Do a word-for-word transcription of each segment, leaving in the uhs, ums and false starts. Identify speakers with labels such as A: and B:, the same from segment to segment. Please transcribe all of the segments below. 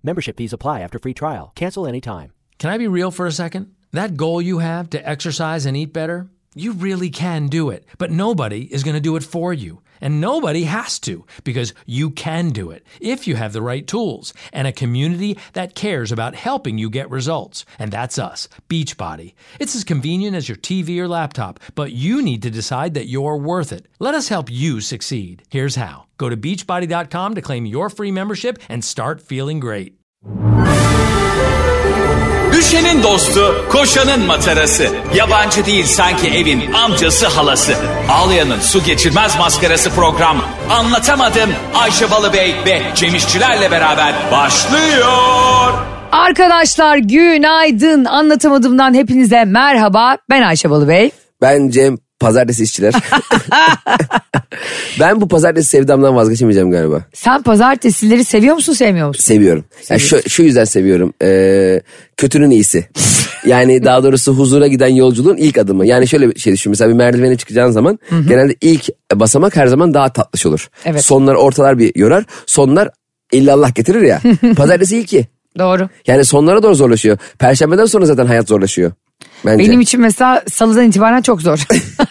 A: Membership fees apply after free trial. Cancel anytime.
B: Can I be real for a second? That goal you have to exercise and eat better, you really can do it. But nobody is going to do it for you. And nobody has to, because you can do it if you have the right tools and a community that cares about helping you get results. And that's us, Beachbody. It's as convenient as your T V or laptop, but you need to decide that you're worth it. Let us help you succeed. Here's how. Go to beachbody dot com to claim your free membership and start feeling great.
C: Düşenin dostu, koşanın matarası. Yabancı değil sanki evin amcası halası. Ağlayanın su geçirmez maskarası program. Anlatamadım Ayşe Balıbey ve Cem İşçilerle beraber başlıyor.
D: Arkadaşlar günaydın. Anlatamadığımdan hepinize merhaba. Ben Ayşe Balıbey.
E: Ben Cem Pazartesi işçiler. Ben bu pazartesi sevdamdan vazgeçemeyeceğim galiba.
D: Sen pazartesileri seviyor musun, sevmiyor musun?
E: Seviyorum. Yani şu, şu yüzden seviyorum. Ee, kötünün iyisi. Yani daha doğrusu huzura giden yolculuğun ilk adımı. Yani şöyle bir şey düşün. Mesela bir merdivene çıkacağın zaman hı hı. genelde ilk basamak her zaman daha tatlış olur. Evet. Sonlar ortalar bir yorar. Sonlar illallah getirir ya. Pazartesi ilki.
D: Doğru.
E: Yani sonlara doğru zorlaşıyor. Perşembeden sonra zaten hayat zorlaşıyor. Bence.
D: Benim için mesela salıdan itibaren çok zor.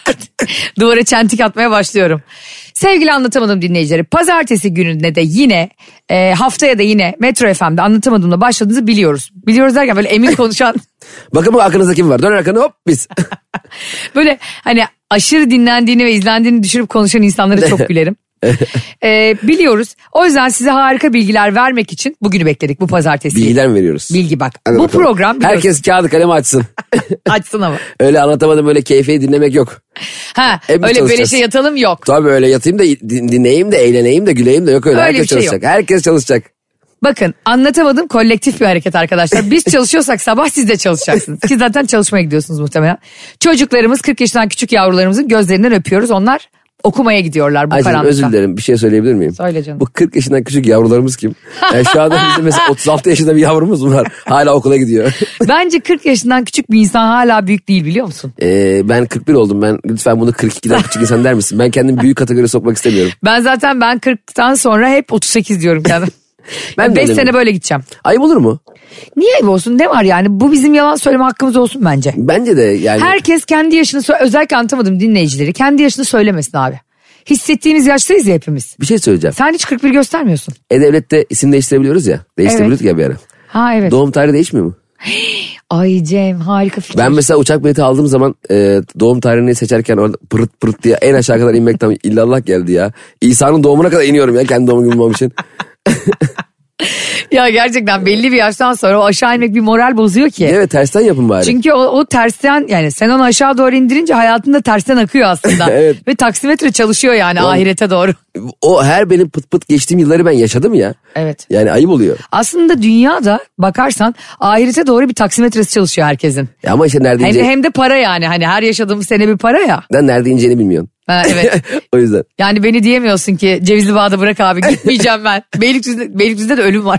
D: Duvara çentik atmaya başlıyorum. Sevgili Anlatamadım dinleyicileri, pazartesi gününde de yine e, haftaya da yine Metro F M'de Anlatamadım'da başladığınızı biliyoruz. Biliyoruz derken böyle emin konuşan.
E: Bakın bu aklınızda kim var? Dön arkanı hop biz.
D: Böyle hani aşırı dinlendiğini ve izlendiğini düşünüp konuşan insanlara çok gülerim. ee, biliyoruz. O yüzden size harika bilgiler vermek için bugünü bekledik, bu pazartesi.
E: Bilgiler mi veriyoruz?
D: Bilgi bak.
E: Hadi
D: bu
E: bakalım.
D: Program biliyorsun.
E: Herkes kağıdı kalemi açsın.
D: Açsın ama.
E: Öyle Anlatamadım öyle keyfi dinlemek yok.
D: Ha, öyle beleşe yatalım yok.
E: Tabii öyle yatayım da dinleyeyim de eğleneyim de güleyim de yok öyle. öyle Herkes şey çalışacak. Yok. Herkes çalışacak.
D: Bakın, Anlatamadım kolektif bir hareket arkadaşlar. Biz çalışıyorsak sabah siz de çalışacaksınız. Ki zaten çalışmaya gidiyorsunuz muhtemelen. Çocuklarımız, kırk yaşından küçük yavrularımızın gözlerinden öpüyoruz. Onlar okumaya gidiyorlar bu
E: Ayşe,
D: karanlıkta.
E: Özür dilerim, bir şey söyleyebilir miyim?
D: Söyle canım.
E: Bu kırk yaşından küçük yavrularımız kim? Yani şu anda bizim mesela otuz altı yaşında bir yavrumuz var. Hala okula gidiyor.
D: Bence kırk yaşından küçük bir insan hala büyük değil, biliyor musun?
E: Ee, ben kırk bir oldum. Ben lütfen bunu kırk ikiden küçük insan der misin? Ben kendimi büyük kategoriye sokmak istemiyorum.
D: Ben zaten ben kırktan sonra hep otuz sekiz diyorum kendim. Ben beş sene böyle gideceğim.
E: Ayıp olur mu?
D: Niye ayıp olsun? Ne var yani? Bu bizim yalan söyleme hakkımız olsun bence.
E: Bence de yani.
D: Herkes kendi yaşını söyle. Özellikle Anlatamadım dinleyicileri kendi yaşını söylemesin abi. Hissettiğimiz yaştayız ya hepimiz.
E: Bir şey söyleyeceğim.
D: Sen hiç kırk bir göstermiyorsun.
E: E-Devlet'te isim değiştirebiliyoruz ya. Değiştirebiliyorduk evet. ya bir ara.
D: Ha evet.
E: Doğum tarihi değişmiyor mu?
D: Ay Cem, harika fikir.
E: Ben mesela uçak bileti aldığım zaman e, doğum tarihini seçerken orada pırıt pırıt diye en aşağı kadar inmekten illallah geldi ya. İsa'nın doğumuna kadar iniyorum ya kendi doğum günüm olmam için.
D: Ya gerçekten belli bir yaştan sonra o aşağı inmek bir moral bozuyor ki.
E: Evet, tersten yapın bari.
D: Çünkü o, o tersten, yani sen onu aşağı doğru indirince hayatında tersten akıyor aslında.
E: Evet.
D: Ve taksimetre çalışıyor yani o, ahirete doğru.
E: O her benim pıt pıt geçtiğim yılları ben yaşadım ya.
D: Evet.
E: Yani ayıp oluyor.
D: Aslında dünyada bakarsan ahirete doğru bir taksimetresi çalışıyor herkesin.
E: Ya ama işte nerede
D: hem,
E: ince...
D: hem de para yani, hani her yaşadığımız sene bir para ya.
E: Ben nerede ineceğini bilmiyorum.
D: Ha, evet.
E: O yüzden.
D: Yani beni diyemiyorsun ki Cevizli Bağ'da bırak abi, gitmeyeceğim ben. Beylikdüzü'nde, Beylikdüzü'nde de ölüm var.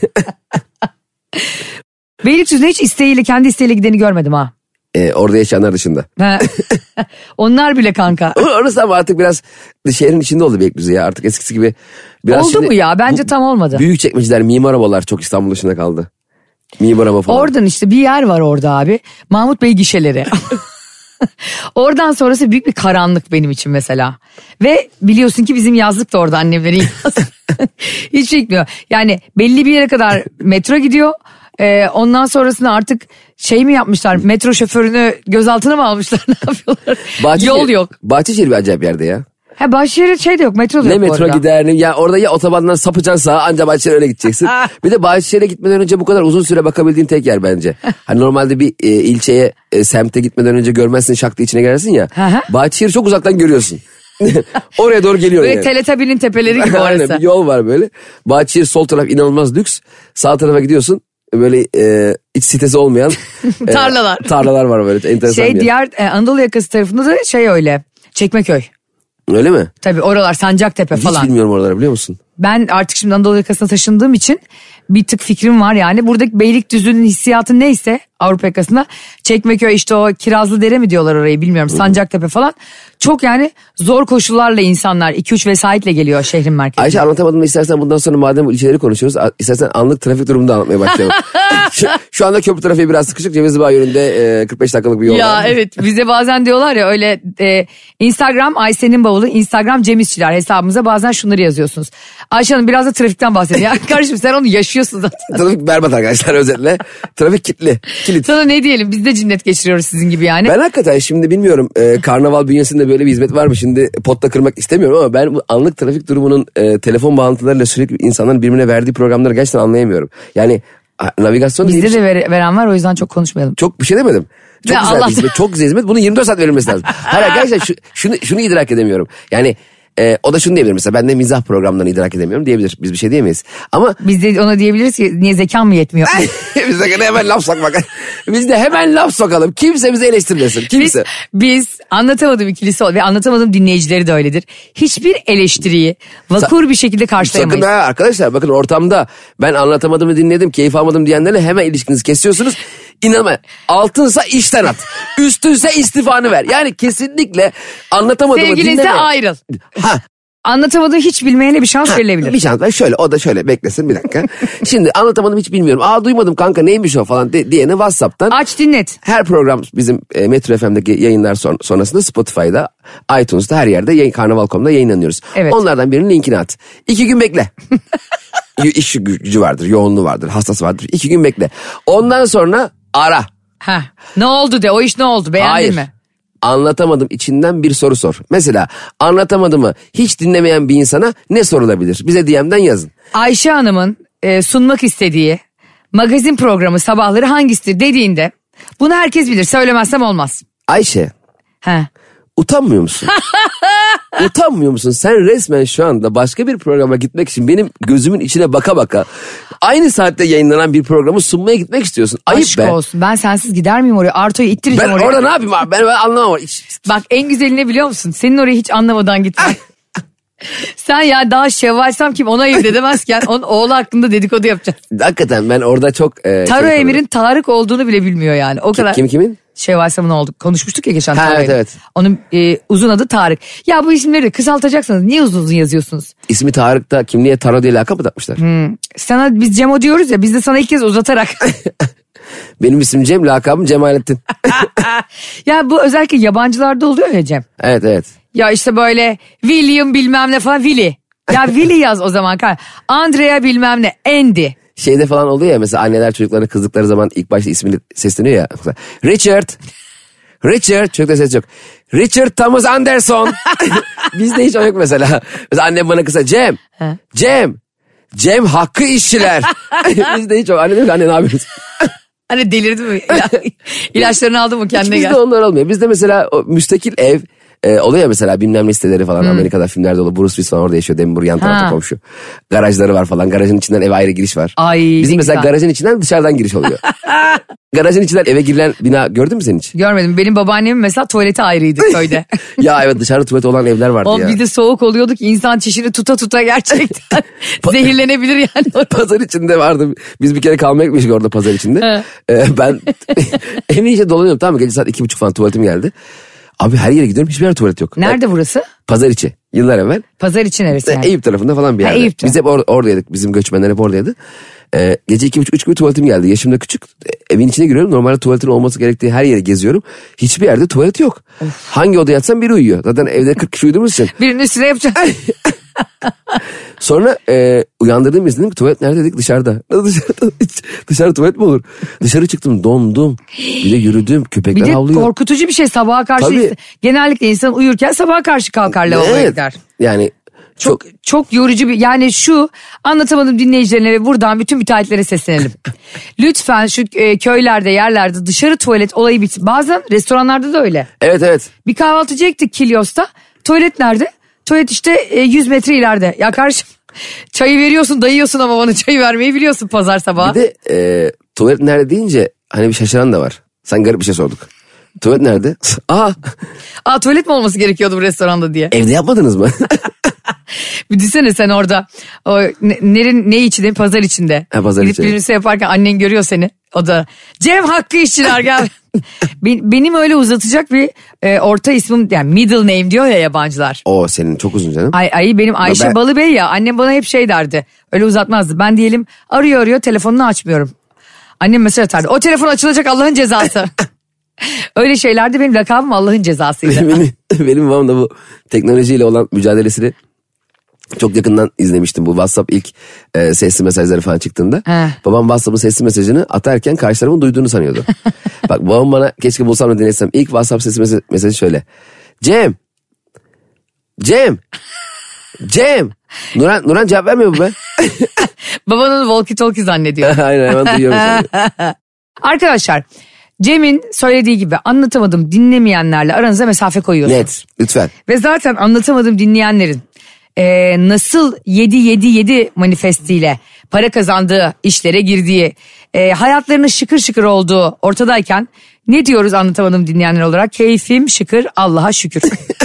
D: Beylikdüzü'nde hiç isteğiyle, kendi isteğiyle gideni görmedim ha.
E: Ee, orada yaşayanlar dışında.
D: Onlar bile kanka.
E: Orası ama artık biraz şehrin içinde oldu Beylikdüzü ya. Artık eskisi gibi. Biraz
D: oldu mu ya? Bence bu, tam olmadı.
E: Büyükçekmeceler, Mimar Arabalar çok İstanbul dışında kaldı. Mimar Araba falan.
D: Oradan işte bir yer var orada abi. Mahmut Bey gişeleri. Oradan sonrası büyük bir karanlık benim için mesela. Ve biliyorsun ki bizim yazlık da orada, annemlerin yazlık. Hiç şey gitmiyor. Yani belli bir yere kadar metro gidiyor. Ee, ondan sonrasında artık şey mi yapmışlar? Metro şoförünü gözaltına mı almışlar? Ne yapıyorlar? Bahçeşehir, Yol yok.
E: Bahçeşehir bir acayip yerde ya.
D: Ha, Bahçeşehir'de şey de yok, metro da
E: ne
D: yok.
E: Ne metro
D: orada
E: gider ne ya, orada ya otobandan sapacaksın sağa, anca Bahçeşehir'e öyle gideceksin. Bir de Bahçeşehir'e gitmeden önce bu kadar uzun süre bakabildiğin tek yer bence. Hani normalde bir e, ilçeye e, semte gitmeden önce görmezsin, şak diye içine girersin ya. Bahçeşehir'i çok uzaktan görüyorsun. Oraya doğru geliyor
D: böyle
E: yani.
D: Teletabi'nin tepeleri gibi orası.
E: Bir yol var böyle. Bahçeşehir sol taraf inanılmaz lüks. Sağ tarafa gidiyorsun. Böyle e, iç sitesi olmayan e,
D: tarlalar.
E: Tarlalar var böyle. Enteresan
D: şey
E: bir
D: diğer e, Anadolu yakası tarafında da şey öyle. Çekmeköy.
E: Öyle mi?
D: Tabii oralar, Sancaktepe
E: Hiç
D: falan.
E: Hiç bilmiyorum oraları, biliyor musun?
D: ben artık şimdi Anadolu yakasına taşındığım için bir tık fikrim var yani. Buradaki Beylikdüzü'nün hissiyatı neyse Avrupa yakasında, Çekmeköy işte o Kirazlıdere mi diyorlar orayı bilmiyorum, Sancaktepe falan. Çok yani zor koşullarla insanlar iki üç vesayetle geliyor şehrin merkezine.
E: Ayşe, anlatamadım da istersen bundan sonra madem bu ilçeleri konuşuyoruz, istersen anlık trafik durumunu da anlatmaya başlayalım. şu, şu anda köprü trafiği biraz sıkışık. Cevizli Bağ yönünde e, kırk beş dakikalık bir yol
D: ya
E: var.
D: Ya evet, bize bazen diyorlar ya öyle e, Instagram Ayşe'nin bavulu, Instagram Cem İşçiler hesabımıza bazen şunları yazıyorsunuz. Ayşe Hanım biraz da trafikten bahsedin. Ya kardeşim sen onu yaşıyorsun zaten.
E: Trafik berbat arkadaşlar, özetle. Trafik kilitli. Kilit.
D: Sana ne diyelim, biz de cinnet geçiriyoruz sizin gibi yani.
E: Ben hakikaten şimdi bilmiyorum e, karnaval bünyesinde böyle bir hizmet var mı? Şimdi potta kırmak istemiyorum ama ben bu anlık trafik durumunun e, telefon bağlantılarıyla sürekli insanların birbirine verdiği programları gerçekten anlayamıyorum. Yani navigasyon...
D: Bizde
E: bir
D: de ver, veren var, o yüzden çok konuşmayalım.
E: Çok bir şey demedim. Çok
D: Ya
E: güzel
D: Allah...
E: bir hizmet, çok güzel hizmet. Bunun yirmi dört saat verilmesi lazım. Hayır gerçekten şu, şunu, şunu idrak edemiyorum. Yani e, o da şunu diyebilir mesela, ben de mizah programlarını idrak edemiyorum diyebilir. Biz bir şey diyemeyiz. Ama
D: biz de ona diyebiliriz ki niye zekan mı yetmiyor?
E: biz de hemen laf sokmak. Biz de hemen laf sokalım. Kimse bizi eleştirmesin. Kimse.
D: Biz, biz anlatamadım ikilisi ve anlatamadım dinleyicileri de öyledir. Hiçbir eleştiriyi vakur Sa- bir şekilde karşılayamayız.
E: Sakın ha arkadaşlar, bakın ortamda ben anlatamadığımı dinledim, keyif almadım diyenlerle hemen ilişkinizi kesiyorsunuz. İnanma, altınsa işten at. Üstünse istifanı ver. Yani kesinlikle anlatamadığımı dinleme.
D: Sevgilinse ayrıl.
E: Ha.
D: Anlatamadığı hiç bilmeyene bir şans
E: ha,
D: verilebilir.
E: Bir şans ver şöyle, o da şöyle beklesin bir dakika. Şimdi anlatamadım hiç bilmiyorum. Aa duymadım kanka neymiş o falan de, diyene WhatsApp'tan.
D: Aç dinlet.
E: Her program bizim e, Metro F M'deki yayınlar son, sonrasında Spotify'da, iTunes'da her yerde yayın, karnaval nokta com'da yayınlanıyoruz. Evet. Onlardan birinin linkini at. İki gün bekle. İş gücü vardır, yoğunluğu vardır, hastası vardır. İki gün bekle. Ondan sonra ara.
D: Ha. Ne oldu de, o iş ne oldu, beğendin
E: Hayır.
D: mi?
E: Anlatamadım içinden bir soru sor. Mesela anlatamadımı hiç dinlemeyen bir insana ne sorulabilir? Bize D M'den yazın.
D: Ayşe Hanım'ın e, sunmak istediği magazin programı sabahları hangisidir dediğinde bunu herkes bilir, söylemezsem olmaz.
E: Ayşe.
D: He.
E: Utanmıyor musun? Utanmıyor musun? Sen resmen şu anda başka bir programa gitmek için benim gözümün içine baka baka aynı saatte yayınlanan bir programı sunmaya gitmek istiyorsun. Ayıp
D: Aşk
E: be.
D: olsun. Ben sensiz gider miyim oraya? Arto'yu ittireceğim
E: ben
D: oraya.
E: Ben orada ne yapayım abi? Ben, ben anlamam.
D: Bak en güzeli ne biliyor musun? Senin oraya hiç anlamadan gitmek. Sen ya daha şevvalsam kim ona ayırt edemezken onun oğlu hakkında dedikodu yapacağız.
E: Hakikaten ben orada çok... E,
D: Taro
E: şey
D: Emir'in Tarık olduğunu bile bilmiyor yani. O
E: kim,
D: kadar.
E: Kim kimin?
D: Şevvalsam'ın oldu. Konuşmuştuk ya geçen.
E: Ha,
D: Taro
E: evet
D: Emir.
E: evet.
D: Onun e, uzun adı Tarık. Ya bu isimleri de kısaltacaksınız. Niye uzun uzun yazıyorsunuz?
E: İsmi Tarık'ta kimliğe Taro diye lakap mı takmışlar?
D: Hmm. Sana biz Cemo diyoruz ya, biz de sana ilk kez uzatarak.
E: Benim ismim Cem, lakabım Cemalettin.
D: Ya bu özellikle yabancılarda oluyor ya Cem.
E: Evet evet.
D: Ya işte böyle William bilmem ne falan, Willy. Ya Willy yaz o zaman. Andrea bilmem ne, Andy.
E: Şeyde falan oluyor ya mesela, anneler çocuklarına kızdıkları zaman ilk başta ismini sesleniyor ya. Richard. Richard. Çocukta ses yok. Richard Thomas Anderson. Bizde hiç o yok mesela. Mesela annem bana kısa Cem. He. Cem. Cem Hakkı İşçiler. Bizde hiç o. Anne diyor ki anne ne yapıyorsun?
D: Hani delirdi mi? İlaçlarını aldı mı kendine
E: hiç
D: gel.
E: Bizde onlar olmuyor. Bizde mesela o müstakil ev. Ee, oluyor ya mesela bilmem ne siteleri falan, hmm. Amerika'da filmlerde oluyor. Bruce Willis falan orada yaşıyor. Denver yan tarafta ha. komşu. Garajları var falan. Garajın içinden eve ayrı giriş var.
D: Ay,
E: bizim mesela
D: güzel.
E: Garajın içinden dışarıdan giriş oluyor. Garajın içinden eve girilen bina gördün mü sen hiç?
D: Görmedim. Benim babaannemin mesela tuvaleti ayrıydı köyde.
E: Ya evet, dışarıda tuvalet olan evler vardı
D: o
E: ya.
D: Bir de soğuk oluyordu ki insan çişini tuta tuta gerçekten zehirlenebilir yani.
E: Pazar içinde vardı. Biz bir kere kalmaya gitmiştik orada pazar içinde. ee, ben evin içinde dolanıyorum, tamam mı? Gece saat iki buçuk falan tuvaletim geldi. Abi her yere gidiyorum, hiçbir yer tuvalet yok.
D: Nerede
E: yani,
D: burası?
E: Pazar içi. Yıllar evvel.
D: Pazar içi neresi yani?
E: Eyüp tarafında falan bir yerde. Ha, biz hep or- oradaydık. Bizim göçmenler hep oradaydı. Ee, gece iki buçuk üç gibi tuvaletim geldi. Yaşımda küçük. Evin içine giriyorum. Normalde tuvaletin olması gerektiği her yere geziyorum. Hiçbir yerde tuvalet yok. Of. Hangi odaya yatsam biri uyuyor. Zaten evde kırk kişi uyuduğumuz için.
D: Birinin üstüne yapacağım.
E: Sonra e, uyandırdığım izledim ki tuvalet nerede dedik, dışarıda. Dışarıda, dışarı tuvalet mi olur? Dışarı çıktım, dondum. Bir de yürüdüm, köpekler havlıyor.
D: Bir de korkutucu bir şey sabaha karşı. Tabii. Genellikle insan uyurken sabaha karşı kalkar lavaboya
E: evet.
D: gider.
E: Yani
D: çok, çok çok yorucu bir, yani şu anlatamadım dinleyicilerine ve buradan bütün müteahhitlere seslenelim. Lütfen şu e, köylerde, yerlerde dışarı tuvalet olayı bitsin. Bazen restoranlarda da öyle.
E: Evet evet.
D: Bir kahvaltıcıya gittik Kilyos'ta. Tuvalet nerede? Tuvalet işte e, yüz metre ileride. Ya kardeşim çayı veriyorsun, dayıyorsun ama bana çayı vermeyi biliyorsun pazar sabahı.
E: Bir de e, tuvalet nerede deyince hani bir şaşıran da var. Sen garip bir şey sorduk. Tuvalet nerede? Aa.
D: Aa tuvalet mi olması gerekiyordu bu restoranda diye.
E: Evde yapmadınız mı?
D: Bir düşünsene sen orada o ne, nerin, ne içinde pazar içinde.
E: Ha, pazar
D: Gidip
E: içinde.
D: birisi yaparken annen görüyor seni. O da Cem Hakkı işçiler gel. Benim öyle uzatacak bir e, orta ismim yani middle name diyor ya yabancılar.
E: O senin çok uzun canım.
D: Ay, ay benim Ayşe
E: Ben-
D: Balıbey ya, annem bana hep şey derdi, öyle uzatmazdı. Ben diyelim arıyor arıyor telefonunu açmıyorum. Annem mesaj atardı, o telefon açılacak Allah'ın cezası. Öyle şeylerde benim lakabım Allah'ın cezasıydı.
E: benim, benim babam da bu teknolojiyle olan mücadelesini çok yakından izlemiştim. Bu WhatsApp ilk e, sesli mesajları falan çıktığında.
D: He.
E: Babam WhatsApp'ın sesli mesajını atarken karşı tarafın duyduğunu sanıyordu. Bak babam bana keşke bulsam da dinlesem. İlk WhatsApp sesli mesaj, mesajı şöyle. Cem. Cem. Cem. Nuran, Nuran cevap vermiyor bu be.
D: Baban onu walkie talkie zannediyor.
E: Aynen hemen duyuyorum seni.
D: Arkadaşlar Cem'in söylediği gibi anlatamadım dinlemeyenlerle aranıza mesafe koyuyorsun.
E: Net lütfen.
D: Ve zaten anlatamadım dinleyenlerin e, nasıl yedi yedi yedi manifestiyle para kazandığı, işlere girdiği, e, hayatlarının şıkır şıkır olduğu ortadayken ne diyoruz anlatamadım dinleyenler olarak? Keyfim şıkır, Allah'a şükür.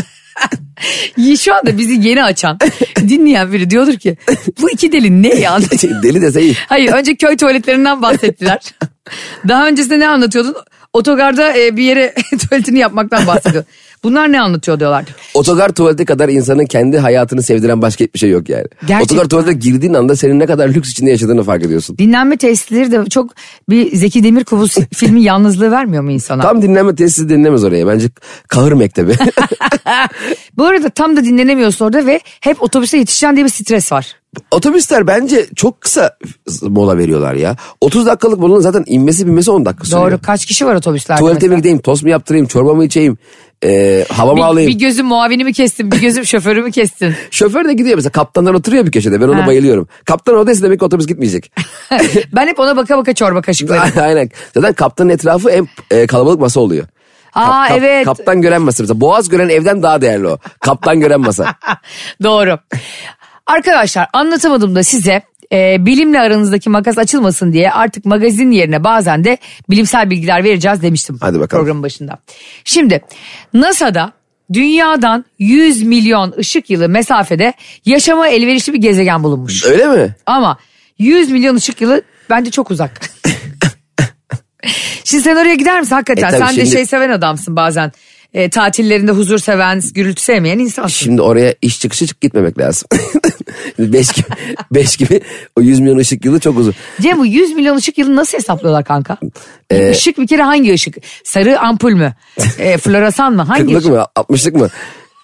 D: Şu anda bizi yeni açan dinleyen biri diyordur ki bu iki deli ne ya?
E: Deli dese iyi.
D: Hayır, önce köy tuvaletlerinden bahsettiler. Daha öncesinde ne anlatıyordun? Otogarda e, bir yere tuvaletini yapmaktan bahsediyor. Bunlar ne anlatıyor diyorlardı.
E: Otogar tuvaleti kadar insanın kendi hayatını sevdiren başka hiçbir şey yok yani.
D: Gerçekten.
E: Otogar tuvalete girdiğin anda senin ne kadar lüks içinde yaşadığını fark ediyorsun.
D: Dinlenme tesisleri de çok bir Zeki Demirkubuz filmi yalnızlığı vermiyor mu insana?
E: Tam dinlenme tesisi dinlemez oraya. Bence kahır mektebi.
D: Bu arada tam da dinlenemiyorsun orada ve hep otobüse yetişeceksin diye bir stres var.
E: Otobüsler bence çok kısa mola veriyorlar ya. otuz dakikalık molanın zaten inmesi binmesi on dakika sürüyor.
D: Doğru, kaç kişi var otobüslerde
E: Tuvalete
D: mesela?
E: mi gideyim, tost mu yaptırayım, çorba mı içeyim, e, hava mı
D: Bir,
E: alayım.
D: bir gözüm muavinimi kestin, bir gözüm şoförümü kestin.
E: Şoför de gidiyor mesela, kaptanlar oturuyor bir köşede, ben ona
D: Ha.
E: bayılıyorum. Kaptan oradaysa demek ki otobüs gitmeyecek.
D: Ben hep ona baka baka çorba kaşıklarım.
E: Aynen. Zaten kaptanın etrafı en e, kalabalık masa oluyor.
D: Aa
E: Kap-
D: evet.
E: Kaptan gören masa mesela. Boğaz gören evden daha değerli o. Kaptan gören masa.
D: Doğru. Arkadaşlar anlatamadım da size e, bilimle aranızdaki makas açılmasın diye artık magazin yerine bazen de bilimsel bilgiler vereceğiz demiştim.
E: Hadi bakalım.
D: Programın başında. Şimdi NASA'da dünyadan yüz milyon ışık yılı mesafede yaşama elverişli bir gezegen bulunmuş.
E: Öyle mi?
D: Ama yüz milyon ışık yılı bence çok uzak. Şimdi sen oraya gider misin hakikaten?
E: E, tabii
D: sen
E: şimdi-
D: de şey seven adamsın bazen. E, tatillerinde huzur seven, gürültü sevmeyen insansın.
E: Şimdi oraya iş çıkışı çık gitmemek lazım. beş gibi, beş gibi o yüz milyon ışık yılı çok uzun.
D: Cem, bu yüz milyon ışık yılı nasıl hesaplıyorlar kanka?
E: Ee,
D: Işık bir kere hangi ışık? Sarı ampul mü? E, floresan mı? Hangi
E: kırklık
D: ışık?
E: mı? altmışlık mı?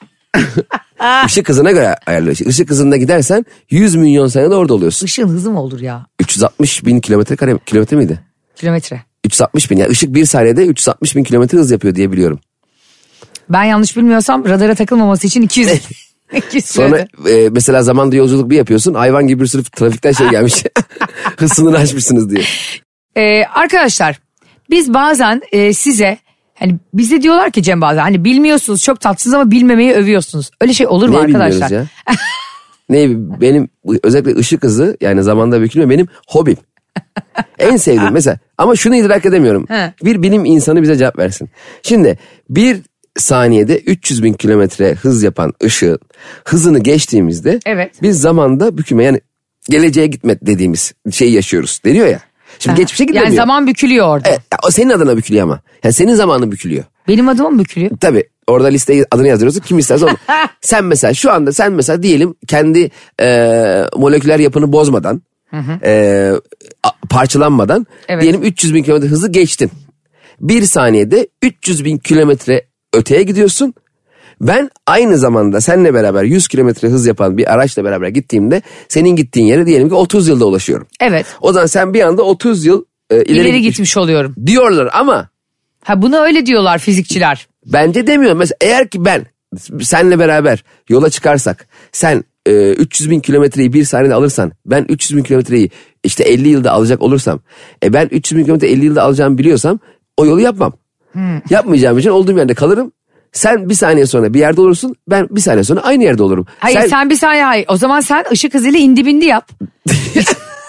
E: Işık hızına göre ayarlıyor. Işık hızında gidersen yüz milyon senede orada oluyorsun.
D: Işığın hızı mı olur ya?
E: üç yüz altmış bin kilometre kare kilometre miydi?
D: Kilometre.
E: üç yüz altmış bin. Yani ışık bir saniyede üç yüz altmış bin kilometre hız yapıyor diye biliyorum.
D: Ben yanlış bilmiyorsam radara takılmaması için iki yüz. iki yüz
E: Sonra
D: kilometre.
E: e, mesela zamanda yolculuk bir yapıyorsun. Hayvan gibi bir sürü trafikten şey gelmiş. Hız sınırını aşmışsınız diye.
D: Ee, arkadaşlar biz bazen e, size hani bize diyorlar ki Cem bazen hani bilmiyorsunuz çok tatlısınız ama bilmemeyi övüyorsunuz. Öyle şey olur mu
E: Ne
D: arkadaşlar?
E: bilmiyoruz ya? Ne benim özellikle ışık hızı yani zamanda bükülme benim hobim. En sevdiğim mesela ama şunu idrak edemiyorum.
D: He.
E: Bir bilim insanı bize cevap versin. Şimdi bir saniyede üç yüz bin kilometre hız yapan ışığın hızını geçtiğimizde
D: Evet.
E: biz zamanda bükülme yani geleceğe gitme dediğimiz şeyi yaşıyoruz deniyor ya. Şimdi geçmişe gitmiyor.
D: Yani zaman bükülüyor orada.
E: Evet, o senin adına bükülüyor ama. Yani senin zamanın bükülüyor.
D: Benim adıma mı bükülüyor?
E: Tabii orada listeye adını yazıyorsun kim isterse onu. Sen mesela şu anda sen mesela diyelim kendi e, moleküler yapını bozmadan e, a- parçalanmadan
D: Evet.
E: diyelim üç yüz bin kilometre hızı geçtin. Bir saniyede üç yüz bin kilometre öteye gidiyorsun. Ben aynı zamanda seninle beraber yüz kilometre hız yapan bir araçla beraber gittiğimde senin gittiğin yere diyelim ki otuz yılda ulaşıyorum.
D: Evet.
E: O zaman sen bir anda otuz yıl e, ileri,
D: İleri
E: gitmiş
D: gitmiş oluyorum.
E: diyorlar ama
D: Ha bunu öyle diyorlar fizikçiler.
E: bence demiyorum. Mesela eğer ki ben senle beraber yola çıkarsak sen e, üç yüz bin kilometreyi bir saniyede alırsan ben üç yüz bin kilometreyi işte elli yılda alacak olursam e ben üç yüz bin kilometre elli yılda alacağımı biliyorsam o yolu yapmam. Yapmayacağım için olduğum yerde kalırım. Sen bir saniye sonra bir yerde olursun ben bir saniye sonra aynı yerde olurum.
D: Hayır sen, bir saniye hayır. O zaman sen ışık hızıyla indi bindi yap.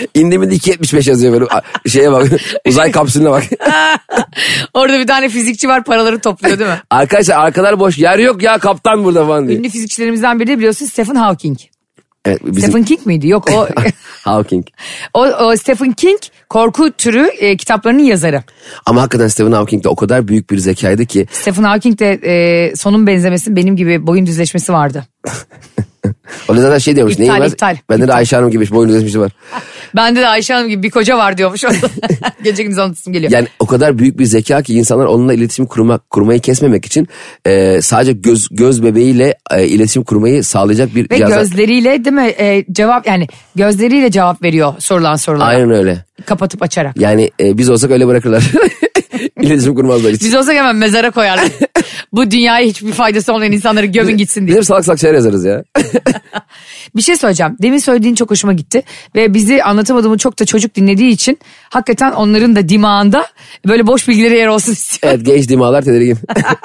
E: İndiğimde iki yetmiş beş yazıyor böyle. Şeye bak, uzay kapsülüne bak.
D: Orada bir tane fizikçi var, paraları topluyor değil mi?
E: Arkadaşlar arkalar boş, yer yok ya kaptan burada falan diye.
D: Ünlü fizikçilerimizden biri de biliyorsun Stephen Hawking.
E: Evet, bizim...
D: Stephen King miydi? Yok o.
E: Hawking.
D: O, o Stephen King korku türü e, kitaplarının yazarı.
E: Ama hakikaten Stephen Hawking de o kadar büyük bir zekaydı ki.
D: Stephen Hawking de e, sonun benzemesi, benim gibi boyun düzleşmesi vardı.
E: O da zaten şey diyormuş.
D: İptal,
E: neyin var?
D: iptal,
E: Bende
D: iptal.
E: de Ayşe Hanım gibi boyun düzleşmişi var.
D: Bende de Ayşe Hanım gibi bir koca var diyormuş. Gece gündüz anlatısım geliyor.
E: Yani o kadar büyük bir zeka ki insanlar onunla iletişim kurmak, kurmayı kesmemek için e, sadece göz göz bebeğiyle e, iletişim kurmayı sağlayacak bir
D: Ve
E: cihazlar.
D: gözleriyle değil mi e, cevap, yani gözleriyle cevap veriyor sorulan sorulara.
E: Aynen öyle.
D: Kapatıp açarak.
E: Yani e, biz olsak öyle bırakırlar. İletişim kurmazlar hiç.
D: Biz olsak hemen mezara koyarlar. Bu dünyaya hiçbir faydası olmayan insanları gömün gitsin diye.
E: Bizim salak salak şeyler yazarız ya.
D: Bir şey söyleyeceğim. Demin söylediğin çok hoşuma gitti. Ve bizi anlatamadığımı çok da çocuk dinlediği için hakikaten onların da dimağında böyle boş bilgilere yer olsun istiyorum.
E: Evet, genç dimağlar tedirgin.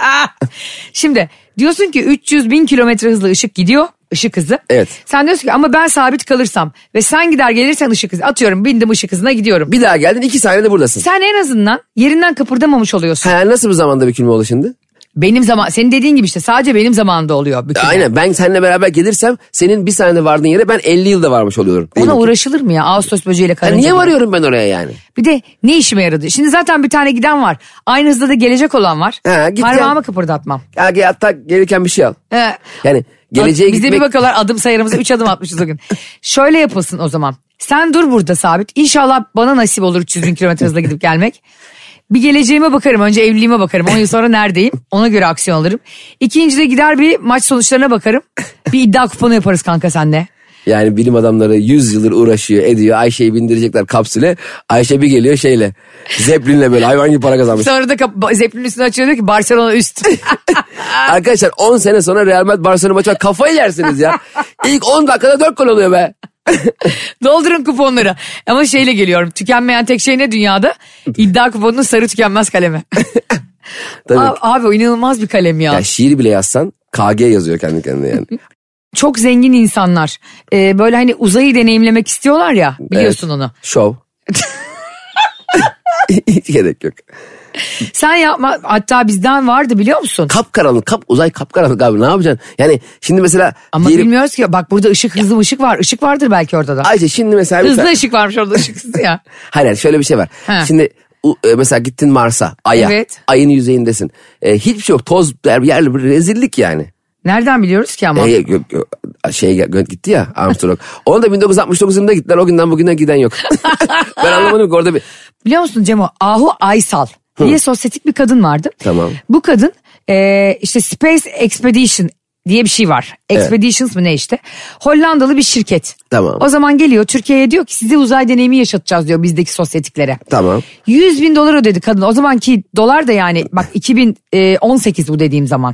D: Şimdi diyorsun ki üç yüz bin kilometre hızlı ışık gidiyor. Işık hızı.
E: Evet.
D: Sen diyorsun ki ama ben sabit kalırsam ve sen gider gelirsen ışık hızı. Atıyorum bindim ışık hızına gidiyorum.
E: Bir daha geldin, iki saniyede buradasın.
D: Sen en azından yerinden kıpırdamamış oluyorsun.
E: Ha, nasıl bir zamanda bükülme oldu şimdi?
D: Benim zaman, senin dediğin gibi işte sadece benim zamanımda oluyor. Bükülme.
E: Aynen, ben seninle beraber gelirsem senin bir saniyede vardığın yere ben elli yılda varmış oluyorum.
D: Ona
E: Değil mi?
D: uğraşılır mı ya? Ağustos böceğiyle
E: Ha,
D: karınca.
E: niye
D: gibi.
E: varıyorum ben oraya yani?
D: Bir de ne işime yaradı? Şimdi zaten bir tane giden var. Aynı hızda da gelecek olan var.
E: Ha, git
D: Parmağımı
E: gel.
D: kıpırdatmam.
E: Ya gel, hatta gelirken bir şey al.
D: He.
E: Yani geleceğe
D: Bize
E: gitmek...
D: bir bakıyorlar, adım sayarımıza üç adım atmışız o gün. Şöyle yapılsın o zaman. Sen dur burada sabit. İnşallah bana nasip olur üç yüz bin kilometre hızla gidip gelmek. Bir geleceğime bakarım. Önce evliliğime bakarım. on yıl sonra neredeyim? Ona göre aksiyon alırım. İkincide gider bir maç sonuçlarına bakarım. Bir iddia kuponu yaparız kanka senle.
E: Yani bilim adamları yüz yıldır uğraşıyor ediyor. Ayşe'yi bindirecekler kapsüle. Ayşe bir geliyor şeyle. Zeppelin'le böyle hayvan gibi para kazanmış.
D: Sonra da kap- Zeppelin'in üstüne açıyor diyor ki Barcelona üst.
E: Arkadaşlar on sene sonra Real Madrid Barcelona maçı var. Kafayı yersiniz ya. İlk on dakikada dört gol oluyor be.
D: Doldurun kuponları. Ama şeyle geliyorum. Tükenmeyen tek şey ne dünyada? İddia kuponunun sarı tükenmez kalemi.
E: Tabii.
D: Abi, abi o inanılmaz bir kalem ya.
E: Ya şiir bile yazsan K G yazıyor kendi kendine yani.
D: Çok zengin insanlar. Ee, böyle hani uzayı deneyimlemek istiyorlar ya. Biliyorsun
E: Evet.
D: onu.
E: Şov. Hiç gerek yok.
D: Sen yapma. Hatta bizden vardı biliyor musun?
E: Kapkaranlık, kap, uzay kapkaranlık abi, ne yapacaksın? Yani şimdi mesela...
D: Ama
E: diyelim,
D: bilmiyoruz ki. Bak burada ışık, hızlı ışık var. Işık vardır belki orada da.
E: Ayşe şimdi mesela...
D: Hızlı
E: mesela,
D: ışık varmış orada, ışık hızlı ya.
E: hayır hayır, şöyle bir şey var.
D: Ha.
E: Şimdi u- e, mesela gittin Mars'a, Ay'a.
D: Evet.
E: Ayın yüzeyindesin. E, hiçbir şey yok. Toz, yer, yerli bir rezillik yani.
D: Nereden biliyoruz ki ama?
E: E, gö- gö- şey gö- gitti ya Armstrong. Onu da bin dokuz yüz altmış dokuz yılında gittiler. O günden bugüne giden yok. Ben anlamadım ki orada bir...
D: Biliyor musun Cemo? Ahu Aysal diye sosyetik bir kadın vardı.
E: Tamam.
D: Bu kadın e, işte Space Expedition diye bir şey var. Expeditions mı ne işte. Hollandalı bir şirket.
E: Tamam.
D: O zaman geliyor Türkiye'ye diyor ki size uzay deneyimi yaşatacağız diyor bizdeki sosyetiklere.
E: Tamam.
D: yüz bin dolar ödedi kadın. O zamanki dolar da yani bak iki bin on sekiz bu dediğim zaman.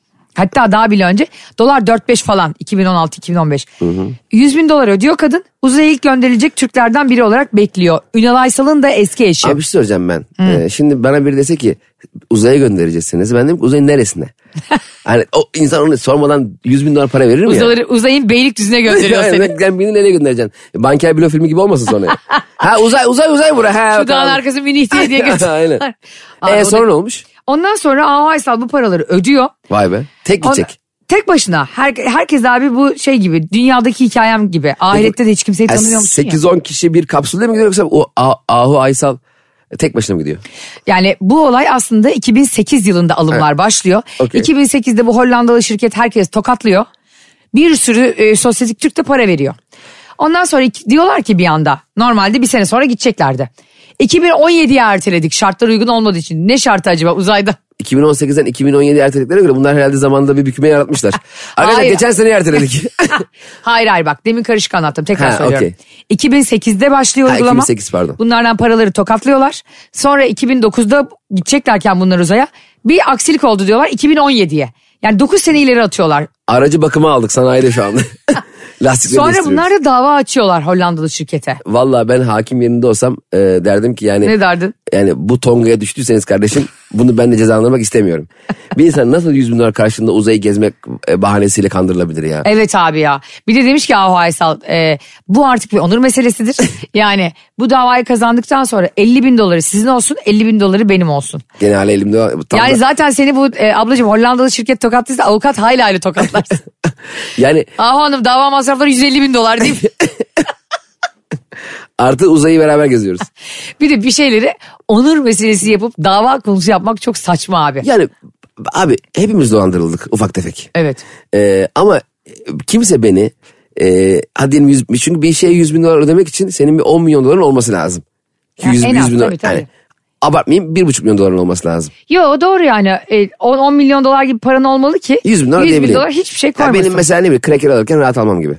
D: Hatta daha bile önce dolar dört beş falan iki bin on altı iki bin on beş. Hı hı. yüz bin dolar ödüyor kadın. Uzaya ilk gönderilecek Türklerden biri olarak bekliyor. Ünal Aysal'ın da eski eşi.
E: Abi bir şey soracağım ben. Ee, şimdi bana biri dese ki uzaya göndereceksiniz. Ben dedim ki uzayın neresine? Hani o insan onu sormadan yüz bin dolar para verir mi ya?
D: Uzayı, uzayın Beylikdüzü'ne gönderiyor seni.
E: Yani, ben birini nereye göndereceksin? Banker Bilo filmi gibi olmasın sonra. ya. Ha uzay uzay uzay bura. Ha,
D: Şu dağın arkası Münih diye diye götür.
E: Aynen.
D: Abi,
E: E
D: o
E: sonra
D: da-
E: ne olmuş?
D: Ondan sonra Ahu Aysal bu paraları ödüyor.
E: Vay be. Tek
D: Ondan-
E: gidecek.
D: Tek başına. Her, herkes abi bu şey gibi. Dünyadaki hikayem gibi. Ahirette de hiç kimseyi tanımıyor musun ya?
E: sekiz on kişi bir kapsülde mi gidiyor yoksa o A- Ahu Aysal tek başına mı gidiyor?
D: Yani bu olay aslında iki bin sekiz yılında alımlar
E: Evet.
D: başlıyor.
E: Okay.
D: iki bin sekizde bu Hollandalı şirket herkes tokatlıyor. Bir sürü e, sosyetik Türk de para veriyor. Ondan sonra iki- diyorlar ki bir anda normalde bir sene sonra gideceklerdi. iki bin on yediye erteledik şartlar uygun olmadığı için. Ne şartı acaba uzayda?
E: iki bin on sekizden iki bin on yediye ertelediklerine göre bunlar herhalde zamanında bir bükme yaratmışlar. Arkadaşlar
D: Hayır.
E: geçen sene erteledik.
D: Hayır hayır bak demin karışık anlattım tekrar
E: Ha,
D: söylüyorum.
E: okey.
D: iki bin sekizde başlıyor
E: Ha,
D: uygulama.
E: iki bin sekiz pardon.
D: Bunlardan paraları tokatlıyorlar. Sonra iki bin dokuzda gideceklerken bunlar uzaya bir aksilik oldu diyorlar iki bin on yediye. Yani dokuz sene ileri atıyorlar.
E: Aracı bakıma aldık sanayide şu anda. Lastikleri
D: Sonra
E: değiştiriyoruz.
D: bunlar da dava açıyorlar Hollandalı şirkete.
E: Vallahi ben hakim yerinde olsam e, derdim ki yani.
D: Ne derdin?
E: Yani bu tongaya düştüyseniz kardeşim bunu ben de cezalandırmak istemiyorum. Bir insan nasıl yüz bin dolar karşılığında uzayı gezmek bahanesiyle kandırılabilir ya?
D: Evet abi ya. Bir de demiş ki Ahu Aysal e, bu artık bir onur meselesidir. Yani bu davayı kazandıktan sonra elli bin doları sizin olsun, elli bin doları benim olsun.
E: Gene hala elimde.
D: Yani da... zaten seni bu e, ablacığım Hollandalı şirket tokatlıysa avukat hayli hayli tokatlarsın.
E: Yani.
D: Ahu Hanım dava masrafları yüz elli bin dolar deyip.
E: Artı uzayı beraber geziyoruz.
D: Bir de bir şeyleri onur meselesi yapıp dava konusu yapmak çok saçma abi.
E: Yani abi hepimiz dolandırıldık ufak tefek.
D: Evet.
E: Ee, ama kimse beni e, hadi diyelim yüz, çünkü bir şeye yüz bin dolar ödemek için senin bir on milyon doların olması lazım.
D: Yani
E: yüz,
D: en
E: yüz
D: az
E: bin dolar,
D: tabii tabii.
E: Yani, abartmayayım bir buçuk milyon doların olması lazım.
D: Yo doğru yani on, on milyon dolar gibi paran olmalı ki
E: yüz bin dolar,
D: yüz bin dolar hiçbir şey koymasın.
E: Yani benim mesela ne bileyim kraker alırken rahat almam gibi.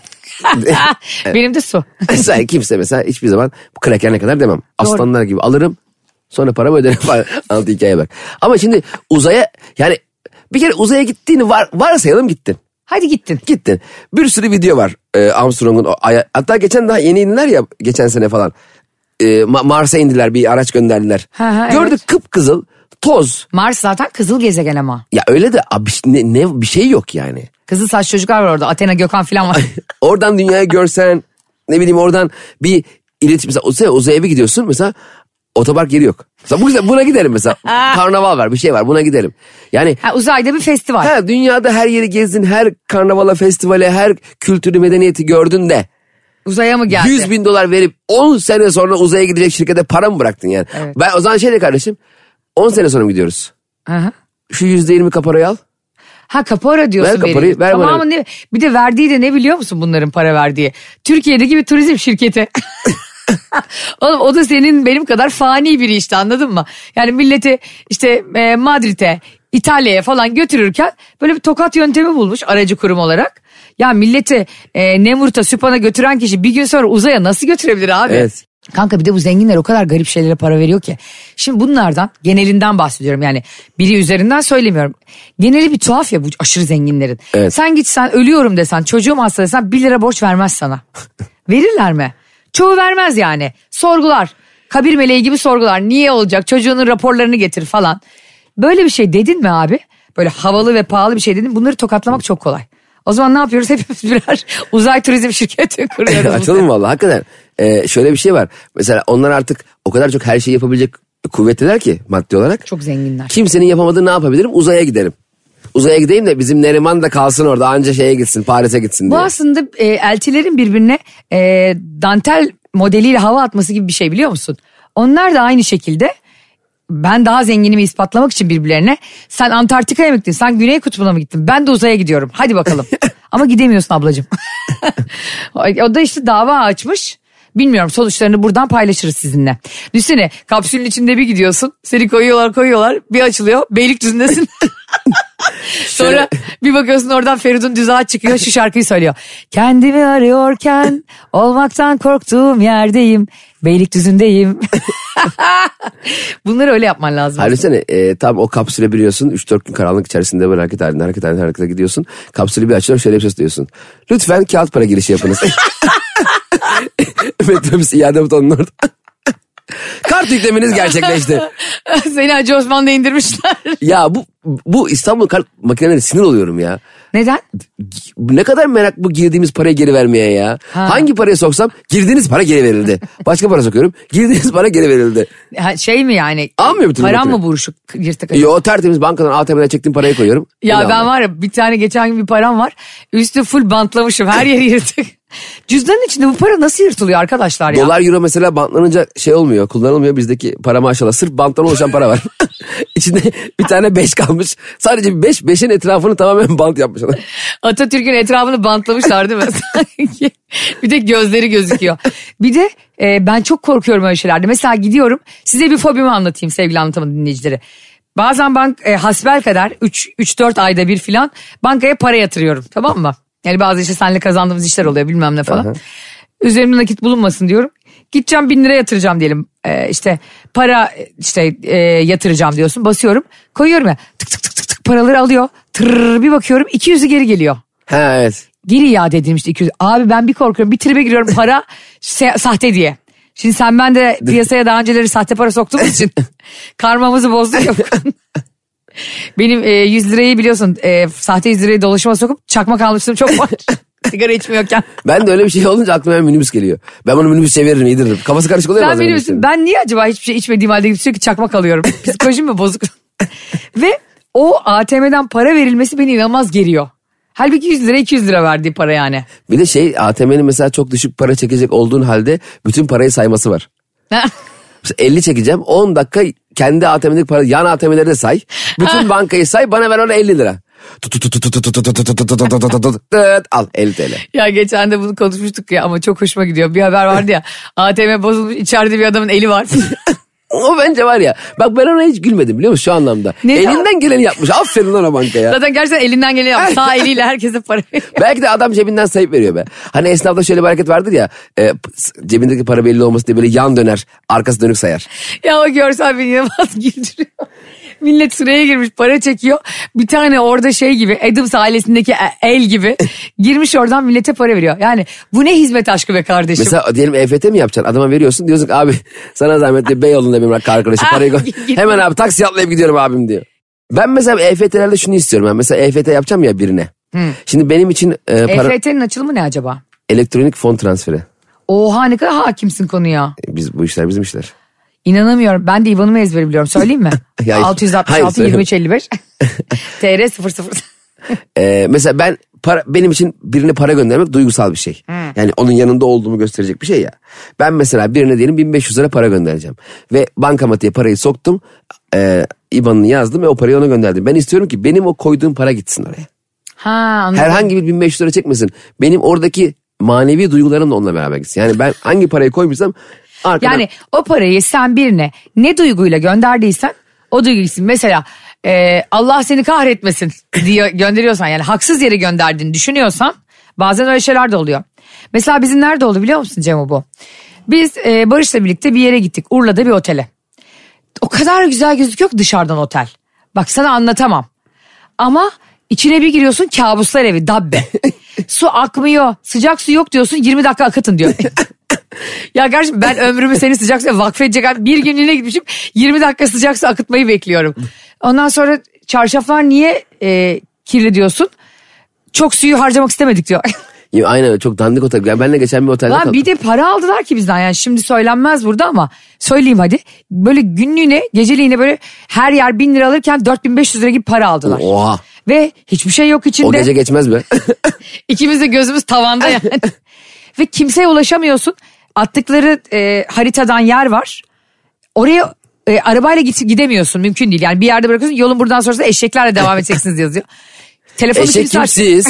D: Benim de su.
E: Mesela kimse mesela hiçbir zaman bu kraker ne kadar demem. Aslanlar gibi alırım sonra paramı öderim falan. Altı hikaye bak. Ama şimdi uzaya yani bir kere uzaya gittiğini var, varsayalım gittin.
D: Hadi gittin.
E: Gittin. Bir sürü video var e, Armstrong'un. O, aya, hatta geçen daha yeni indiler ya geçen sene falan. E, Ma- Mars'a indiler bir araç gönderdiler.
D: Ha, ha,
E: gördük
D: evet.
E: Kıpkızıl toz.
D: Mars zaten kızıl gezegen ama.
E: Ya öyle de abi, ne, ne bir şey yok yani.
D: Kızıl saç çocuklar var orada. Athena Gökhan falan var.
E: Oradan dünyayı görsen ne bileyim oradan bir iletişim mesela uzaya, uzaya bir gidiyorsun mesela otopark yeri yok. Mesela bu güzel, buna gidelim mesela. Karnaval var bir şey var buna gidelim. Yani
D: ha, uzayda bir festival.
E: Ha, dünyada her yeri gezdin her karnavala festivale her kültürü medeniyeti gördün de.
D: Uzaya mı geldi?
E: yüz bin dolar verip on sene sonra uzaya gidecek şirkete para mı bıraktın yani?
D: Evet.
E: Ben o zaman şey de kardeşim on sene sonra mı gidiyoruz?
D: Aha.
E: Şu yüzde yirmi kaparayı al.
D: Ha kapora diyorsun.
E: Ver kaparayı, ver
D: tamam
E: bana.
D: Ne, bir de verdiği de ne biliyor musun bunların para verdiği? Türkiye'deki bir turizm şirketi. Oğlum o da senin benim kadar fani biri işte anladın mı? Yani milleti işte e, Madrid'e, İtalya'ya falan götürürken böyle bir tokat yöntemi bulmuş aracı kurum olarak. Ya milleti e, Nemrut'a, Süphan'a götüren kişi bir gün sonra uzaya nasıl götürebilir abi?
E: Evet.
D: Kanka bir de bu zenginler o kadar garip şeylere para veriyor ki. Şimdi bunlardan genelinden bahsediyorum yani biri üzerinden söylemiyorum. Geneli bir tuhaf ya bu aşırı zenginlerin.
E: Evet.
D: Sen gitsen ölüyorum desen çocuğum hasta desen bir lira borç vermez sana. Verirler mi? Çoğu vermez yani. Sorgular. Kabir meleği gibi sorgular. Niye olacak? Çocuğunun raporlarını getir falan. Böyle bir şey dedin mi abi? Böyle havalı ve pahalı bir şey dedin. Bunları tokatlamak çok kolay. O zaman ne yapıyoruz? Hepimiz birer uzay turizm şirketi kuruyoruz.
E: Açalım valla hakikaten. Ee, şöyle bir şey var. Mesela onlar artık o kadar çok her şeyi yapabilecek kuvvetliler ki maddi olarak.
D: Çok zenginler.
E: Kimsenin yapamadığı ne yapabilirim? Uzaya giderim. Uzaya gideyim de bizim Neriman da kalsın orada anca şeye gitsin Paris'e gitsin diye.
D: Bu aslında e, eltilerin birbirine e, dantel modeliyle hava atması gibi bir şey biliyor musun? Onlar da aynı şekilde ben daha zenginimi ispatlamak için birbirlerine sen Antarktika'ya mı gittin sen Güney Kutbu'na mı gittin ben de uzaya gidiyorum hadi bakalım. Ama gidemiyorsun ablacığım. O da işte dava açmış. Bilmiyorum sonuçlarını buradan paylaşırız sizinle. Düşünsene kapsülün içinde bir gidiyorsun seni koyuyorlar koyuyorlar bir açılıyor Beylikdüzü'ndesin. Sonra bir bakıyorsun oradan Feridun Düzağ çıkıyor şu şarkıyı söylüyor. Kendimi arıyorken olmaktan korktuğum yerdeyim. Beylikdüzü'ndeyim. Bunları öyle yapman lazım.
E: Halbuki e, tam o kapsüle biliyorsun üç dört gün karanlık içerisinde böyle hareket halinde hareket halinde harekete gidiyorsun. Kapsülü bir açıyor şöyle bir şey diyorsun. Lütfen kağıt para girişi yapınız. Metrobüs iade butonunun orada. Kart yüklemeniz gerçekleşti.
D: Seni Hacı Osman'da indirmişler.
E: Ya bu bu İstanbul kart makinelerine sinir oluyorum ya.
D: Neden?
E: Ne kadar merak bu girdiğimiz parayı geri vermeye ya. Ha. Hangi parayı soksam girdiğiniz para geri verildi. Başka para sokuyorum girdiğiniz para geri verildi.
D: Ha, şey mi yani?
E: Almıyor bütün
D: param mı buruşuk? Yırtık.
E: Yo tertemiz bankadan A T M'den çektiğim parayı koyuyorum.
D: Ya ben
E: aldım.
D: var ya bir tane geçen gün bir param var. Üstü full bantlamışım her yeri yırtık. Cüzdanın içinde bu para nasıl yırtılıyor arkadaşlar ya?
E: Dolar euro mesela bantlanınca şey olmuyor kullanılmıyor bizdeki para maşallah sırf banttan oluşan para var. İçinde bir tane beş kalmış sadece beş beşin etrafını tamamen bant yapmışlar.
D: Atatürk'ün etrafını bantlamışlar değil mi? Bir tek gözleri gözüküyor. Bir de e, ben çok korkuyorum öyle şeylerde. Mesela gidiyorum size bir fobimi anlatayım sevgili Anlatamadığım dinleyicileri. Bazen bank e, hasbelkader üç dört ayda bir filan bankaya para yatırıyorum tamam mı? Yani bazı işte seninle kazandığımız işler oluyor bilmem ne falan. Aha. Üzerimde nakit bulunmasın diyorum. Gideceğim bin lira yatıracağım diyelim. Ee, işte para işte e, yatıracağım diyorsun. Basıyorum koyuyorum ya tık tık tık tık, tık paraları alıyor. Tırrrr bir bakıyorum iki yüzü geri geliyor.
E: Ha evet.
D: Geri iade edilmişti iki yüz. Abi ben bir korkuyorum bir tribe giriyorum para se- sahte diye. Şimdi sen ben de piyasaya daha önceleri sahte para soktuğumuz için karmamızı bozduk ya. Benim e, yüz lirayı biliyorsun e, sahte yüz lirayı dolaşıma sokup çakmak almıştım çok var. Sigara içmiyorken.
E: Ben de öyle bir şey olunca aklıma hemen minibüs geliyor. Ben bunu minibüse veririm, yediririm. Kafası karışık oluyor
D: ben minibüsüm. Ben niye acaba hiçbir şey içmediğim halde sürekli çakmak alıyorum? Psikolojim mi bozuk? Ve o A T M'den para verilmesi beni inanılmaz geriyor. Halbuki yüz lira iki yüz lira verdiği para yani.
E: Bir de şey A T M'nin mesela çok düşük para çekecek olduğun halde bütün parayı sayması var. Mesela elli çekeceğim on dakika kendi A T M'deki para yan A T M'leri de say. Bütün bankayı say bana ver ona elli lira. Al elli T L.
D: Ya geçen de bunu konuşmuştuk ya ama çok hoşuma gidiyor. Bir haber vardı ya A T M bozulmuş içeride bir adamın eli var.
E: O bence var ya. Bak ben ona hiç gülmedim biliyor musun şu anlamda. Neden? Elinden geleni yapmış. Aferin ona bankaya.
D: Zaten gerçekten elinden geleni yapmış. Sağ eliyle herkese para veriyor.
E: Belki de adam cebinden sayıp veriyor be. Hani esnafta şöyle bir hareket vardır ya. E, cebindeki para belli olmasın diye böyle yan döner. Arkası dönük sayar.
D: Ya o görsel beni inanılmaz güldürüyor. Millet sıraya girmiş para çekiyor. Bir tane orada şey gibi Adams ailesindeki el gibi girmiş oradan millete para veriyor. Yani bu ne hizmet aşkı be kardeşim.
E: Mesela diyelim E F T mi yapacaksın adama veriyorsun diyorsun ki abi sana zahmet diye Beyoğlu'nda benim arkadaşım parayı koy. Hemen abi taksi atlayıp gidiyorum abim diyor. Ben mesela E F T'lerde şunu istiyorum ben mesela E F T yapacağım ya birine. Hmm. Şimdi benim için e, para...
D: E F T'nin açılımı ne acaba?
E: Elektronik fon transferi. Oha
D: ne kadar hakimsin konuya.
E: E, biz bu işler bizim işler.
D: İnanamıyorum. Ben de İ B A N'ımı ezberi biliyorum. Söyleyeyim mi? altı yüz altmış altı yirmi üç elli beş T R sıfır sıfır
E: ee, Mesela ben para, benim için birine para göndermek duygusal bir şey. Hmm. Yani onun yanında olduğumu gösterecek bir şey ya. Ben mesela birine diyelim bin beş yüz lira para göndereceğim. Ve bankamatiğe parayı soktum. E, İ B A N'ını yazdım ve o parayı ona gönderdim. Ben istiyorum ki benim o koyduğum para gitsin oraya.
D: Ha, anladım.
E: Herhangi bir bin beş yüz lira çekmesin. Benim oradaki manevi duygularım da onunla beraber gitsin. Yani ben hangi parayı koymuşsam arkadan...
D: Yani o parayı sen birine ne duyguyla gönderdiysen o duygu gitsin. Mesela e, Allah seni kahretmesin diye gönderiyorsan yani haksız yere gönderdiğini düşünüyorsan bazen öyle şeyler de oluyor. Mesela bizim nerede oldu biliyor musun Cemo bu? Biz e, Barış'la birlikte bir yere gittik. Urla'da bir otele. O kadar güzel gözüküyor ki dışarıdan otel. Bak sana anlatamam. Ama içine bir giriyorsun kabuslar evi dabbe. Su akmıyor sıcak su yok diyorsun yirmi dakika akıtın diyor. Ya kardeşim ben ömrümü seni sıcak suya vakfedecek bir günlüğüne gitmişim yirmi dakika sıcak su akıtmayı bekliyorum. Ondan sonra çarşaflar niye e, kirli diyorsun? Çok suyu harcamak istemedik diyor.
E: Ya, aynen çok dandik otel. Yani ben de geçen bir otelde
D: Lan
E: kaldım.
D: Bir de para aldılar ki bizden yani şimdi söylenmez burada ama söyleyeyim hadi. Böyle günlüğüne geceliğine böyle her yer bin lira alırken dört bin beş yüz lira gibi para aldılar.
E: Oha.
D: Ve hiçbir şey yok içinde.
E: O gece geçmez mi?
D: İkimiz de gözümüz tavanda yani. Ve kimseye ulaşamıyorsun. Attıkları e, haritadan yer var. Oraya e, arabayla git, gidemiyorsun mümkün değil. Yani bir yerde bırakıyorsun yolun buradan sonrası eşeklerle devam edeceksiniz yazıyor. Telefonu
E: eşek kimsiz?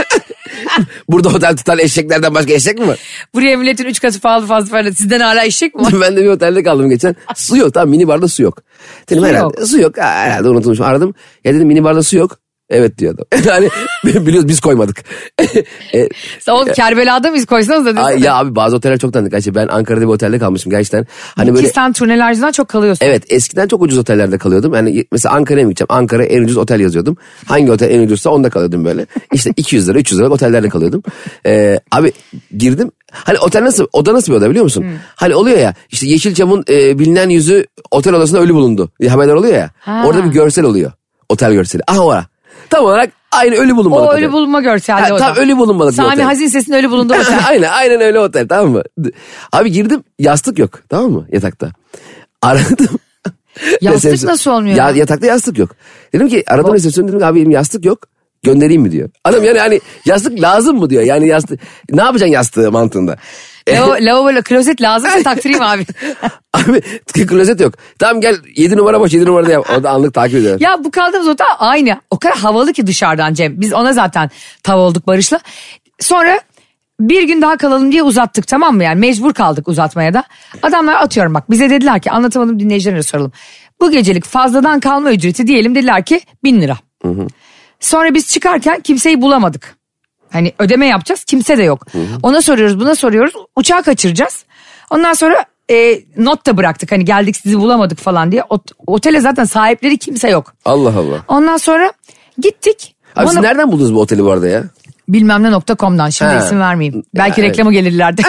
E: Burada otel tutan eşeklerden başka eşek mi var?
D: Buraya milletin üç katı pahalı fazla para. Sizden hala eşek mi var?
E: Ben de bir otelde kaldım geçen. Su yok tamam mini barda su yok. Dedim
D: su
E: herhalde
D: yok.
E: Su yok. Ha, herhalde unutmuşum aradım. Ya dedim mini barda su yok. Evet diyor adam. Yani biliyoruz biz koymadık.
D: e, Sen oğlum Kerbela'da mıyız koysanız da desene.
E: Ya abi bazı oteller çok tanıdık. Ayşe, ben Ankara'da bir otelde kalmışım gerçekten. Hani böyle,
D: ki sen turnelerciden çok kalıyorsun.
E: Evet eskiden çok ucuz otellerde kalıyordum. Yani mesela Ankara'ya mı gideceğim? Ankara en ucuz otel yazıyordum. Hangi otel en ucuzsa onda kalıyordum böyle. İşte iki yüz lira üç yüz lira otellerde kalıyordum. Ee, abi girdim. Hani otel nasıl, oda nasıl bir oda biliyor musun? Hmm. Hani oluyor ya işte Yeşilçam'ın e, bilinen yüzü otel odasında ölü bulundu. Haberler oluyor ya. Ha. Orada bir görsel oluyor. Otel görseli. Aha ora. Tam olarak aynı ölü bulunmalık
D: o
E: otel.
D: ölü bulunma görselli otel.
E: Tam ölü bulunmalık
D: Sami
E: otel.
D: Hazin Ses'in ölü bulunduğu otel.
E: aynen aynen öyle otel tamam mı? Abi girdim yastık yok tamam mı yatakta. Aradım.
D: Yastık nasıl olmuyor?
E: Ya, yatakta yastık yok. Dedim ki aradım resepsiyonu dedim ki abi benim yastık yok. Göndereyim mi diyor. Adam yani hani yastık lazım mı diyor. Yani yastık ne yapacaksın yastığı mantığında.
D: Lavabo klozet lazımsa taktırayım abi.
E: Abi klozet yok. Tamam gel yedi numara boş yedi numarada yap. Orada anlık takip ediyor.
D: Ya bu kaldığımız otel aynı. O kadar havalı ki dışarıdan Cem. Biz ona zaten tav olduk Barış'la. Sonra bir gün daha kalalım diye uzattık tamam mı? Yani mecbur kaldık uzatmaya da. Adamlar atıyorum bak bize dediler ki anlatamadım dinleyicilerine soralım. Bu gecelik fazladan kalma ücreti diyelim dediler ki bin lira. Hı hı. Sonra biz çıkarken kimseyi bulamadık. Hani ödeme yapacağız kimse de yok. Hı hı. Ona soruyoruz buna soruyoruz uçağı kaçıracağız. Ondan sonra e, not da bıraktık hani geldik sizi bulamadık falan diye. Ot- otele zaten sahipleri kimse yok.
E: Allah Allah.
D: Ondan sonra gittik.
E: Abi
D: Bana...
E: siz nereden buldunuz bu oteli bu arada ya?
D: Bilmem ne nokta com'dan şimdi ha. isim vermeyeyim. Belki ya, reklamı evet. gelirlerdi.